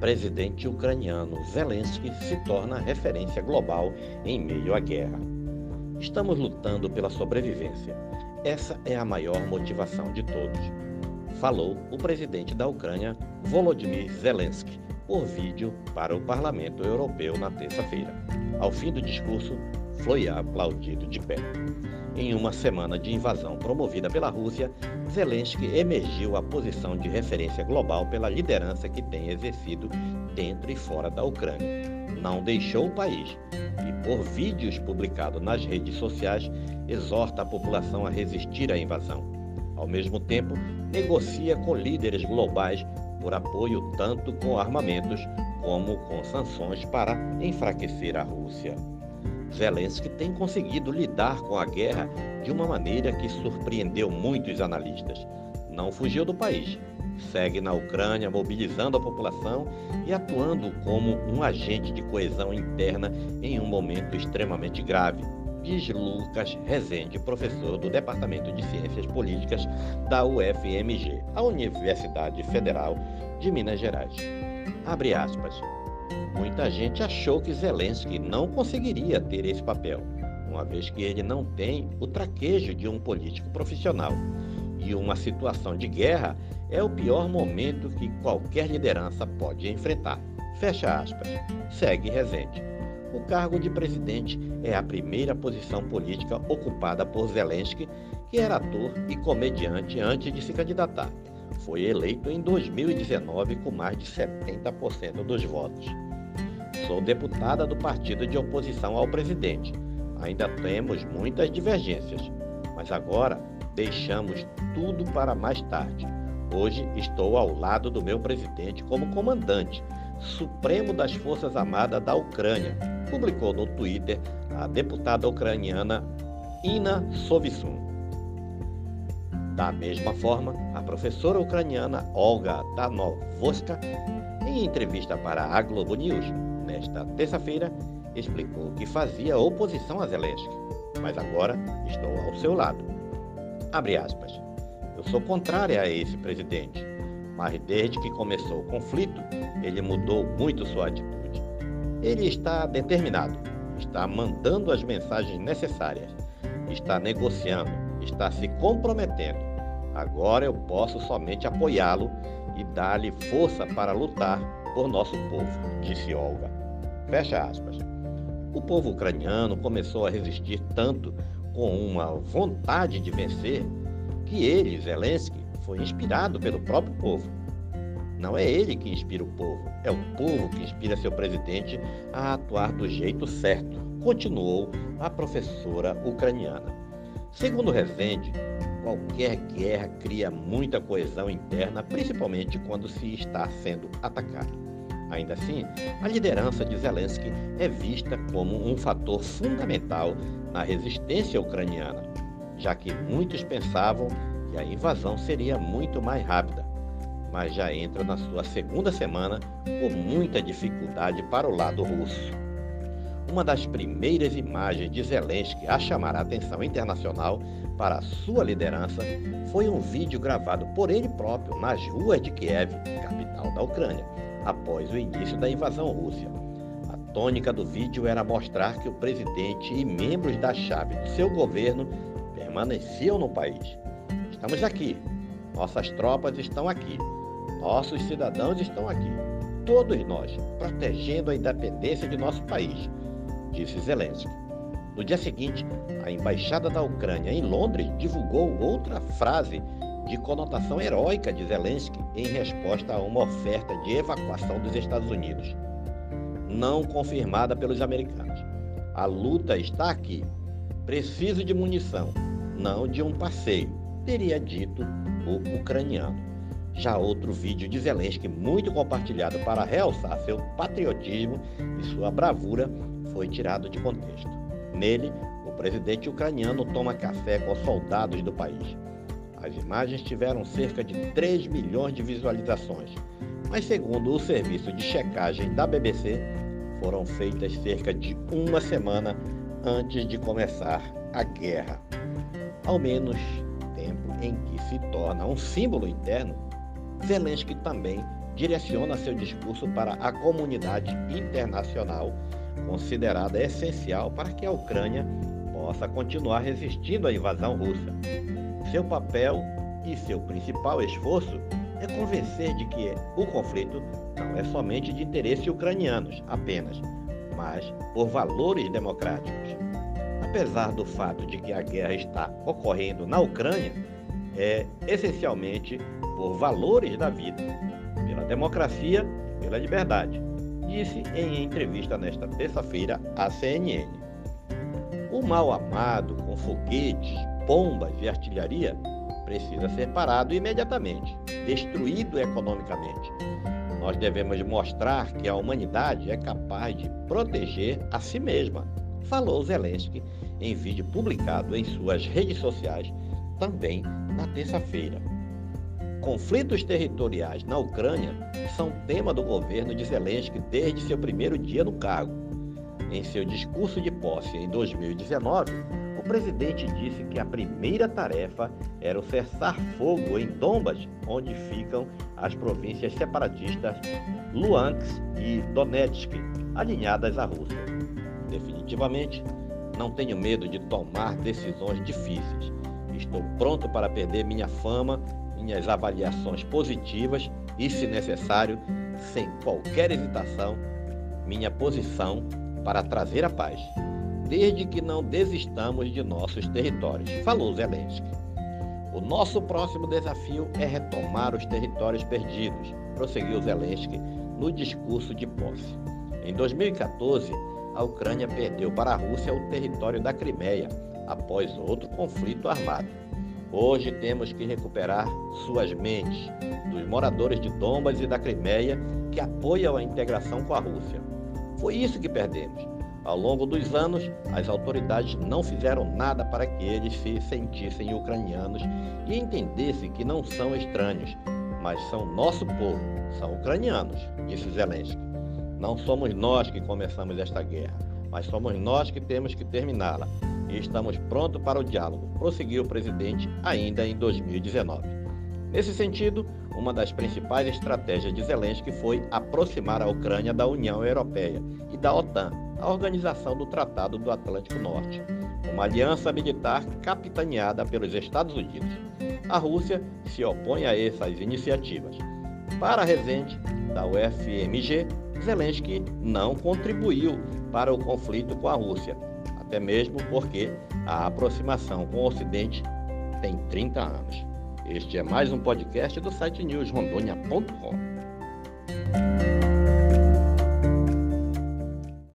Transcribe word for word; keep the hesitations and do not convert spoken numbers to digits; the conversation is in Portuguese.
Presidente ucraniano Zelensky se torna referência global em meio à guerra. Estamos lutando pela sobrevivência. Essa é a maior motivação de todos, falou o presidente da Ucrânia, Volodymyr Zelensky, por vídeo para o Parlamento Europeu na terça-feira. Ao fim do discurso, foi aplaudido de pé. Em uma semana de invasão promovida pela Rússia, Zelensky emergiu à posição de referência global pela liderança que tem exercido dentro e fora da Ucrânia. Não deixou o país e, por vídeos publicados nas redes sociais, exorta a população a resistir à invasão. Ao mesmo tempo, negocia com líderes globais por apoio tanto com armamentos como com sanções para enfraquecer a Rússia. Zelensky tem conseguido lidar com a guerra de uma maneira que surpreendeu muitos analistas. Não fugiu do país, segue na Ucrânia mobilizando a população e atuando como um agente de coesão interna em um momento extremamente grave, diz Lucas Rezende, professor do Departamento de Ciências Políticas da U F M G, a Universidade Federal de Minas Gerais. Abre aspas. Muita gente achou que Zelensky não conseguiria ter esse papel, uma vez que ele não tem o traquejo de um político profissional. E uma situação de guerra é o pior momento que qualquer liderança pode enfrentar. Fecha aspas. Segue Rezende. O cargo de presidente é a primeira posição política ocupada por Zelensky, que era ator e comediante antes de se candidatar. Foi eleito em dois mil e dezenove com mais de setenta por cento dos votos. Sou deputada do partido de oposição ao presidente. Ainda temos muitas divergências, mas agora deixamos tudo para mais tarde. Hoje estou ao lado do meu presidente como comandante supremo das Forças Armadas da Ucrânia, publicou no Twitter a deputada ucraniana Inna Sovsun. Da mesma forma, a professora ucraniana Olga Tarnovoska, em entrevista para a Globo News, nesta terça-feira, explicou que fazia oposição a Zelensky, mas agora estou ao seu lado. Abre aspas. Eu sou contrária a esse presidente, mas desde que começou o conflito, ele mudou muito sua atitude. Ele está determinado, está mandando as mensagens necessárias, está negociando, está se comprometendo. Agora eu posso somente apoiá-lo e dar-lhe força para lutar por nosso povo, disse Olga. Fecha aspas. O povo ucraniano começou a resistir tanto com uma vontade de vencer que ele, Zelensky, foi inspirado pelo próprio povo. Não é ele que inspira o povo, é o povo que inspira seu presidente a atuar do jeito certo, continuou a professora ucraniana. Segundo Rezende, qualquer guerra cria muita coesão interna, principalmente quando se está sendo atacado. Ainda assim, a liderança de Zelensky é vista como um fator fundamental na resistência ucraniana, já que muitos pensavam que a invasão seria muito mais rápida, mas já entra na sua segunda semana com muita dificuldade para o lado russo. Uma das primeiras imagens de Zelensky a chamar a atenção internacional para a sua liderança foi um vídeo gravado por ele próprio nas ruas de Kiev, capital da Ucrânia, após o início da invasão russa. A tônica do vídeo era mostrar que o presidente e membros da chave do seu governo permaneciam no país. Estamos aqui, nossas tropas estão aqui, nossos cidadãos estão aqui, todos nós, protegendo a independência de nosso país, disse Zelensky. No dia seguinte, a embaixada da Ucrânia em Londres divulgou outra frase de conotação heróica de Zelensky em resposta a uma oferta de evacuação dos Estados Unidos, não confirmada pelos americanos. A luta está aqui. Preciso de munição, não de um passeio, teria dito o ucraniano. Já outro vídeo de Zelensky, muito compartilhado para realçar seu patriotismo e sua bravura, foi tirado de contexto. Nele, o presidente ucraniano toma café com soldados do país. As imagens tiveram cerca de três milhões de visualizações, mas segundo o serviço de checagem da B B C, foram feitas cerca de uma semana antes de começar a guerra. Ao menos tempo em que se torna um símbolo interno, Zelensky também direciona seu discurso para a comunidade internacional, considerada essencial para que a Ucrânia possa continuar resistindo à invasão russa. Seu papel e seu principal esforço é convencer de que o conflito não é somente de interesse ucranianos apenas, mas por valores democráticos. Apesar do fato de que a guerra está ocorrendo na Ucrânia, é essencialmente por valores da vida, pela democracia e pela liberdade, disse em entrevista nesta terça-feira à C N N. O mal amado com foguetes, bombas e artilharia precisa ser parado imediatamente, destruído economicamente. Nós devemos mostrar que a humanidade é capaz de proteger a si mesma, falou Zelensky em vídeo publicado em suas redes sociais também na terça-feira. Conflitos territoriais na Ucrânia são tema do governo de Zelensky desde seu primeiro dia no cargo. Em seu discurso de posse em dois mil e dezenove, o presidente disse que a primeira tarefa era o cessar-fogo em Donbas, onde ficam as províncias separatistas Luhansk e Donetsk, alinhadas à Rússia. Definitivamente, não tenho medo de tomar decisões difíceis. Estou pronto para perder minha fama, minhas avaliações positivas e, se necessário, sem qualquer hesitação, minha posição para trazer a paz, desde que não desistamos de nossos territórios, falou Zelensky. O nosso próximo desafio é retomar os territórios perdidos, prosseguiu Zelensky no discurso de posse. Em dois mil e quatorze, a Ucrânia perdeu para a Rússia o território da Crimeia, após outro conflito armado. Hoje temos que recuperar suas mentes, dos moradores de Donbas e da Crimeia que apoiam a integração com a Rússia. Foi isso que perdemos. Ao longo dos anos, as autoridades não fizeram nada para que eles se sentissem ucranianos e entendessem que não são estranhos, mas são nosso povo, são ucranianos, disse Zelensky. Não somos nós que começamos esta guerra, mas somos nós que temos que terminá-la. E estamos prontos para o diálogo, prosseguiu o presidente ainda em dois mil e dezenove. Nesse sentido, uma das principais estratégias de Zelensky foi aproximar a Ucrânia da União Europeia e da OTAN, a Organização do Tratado do Atlântico Norte, uma aliança militar capitaneada pelos Estados Unidos. A Rússia se opõe a essas iniciativas. Para Rezende, da U F M G, Zelensky não contribuiu para o conflito com a Rússia, até mesmo porque a aproximação com o Ocidente tem trinta anos. Este é mais um podcast do site news rondônia ponto com.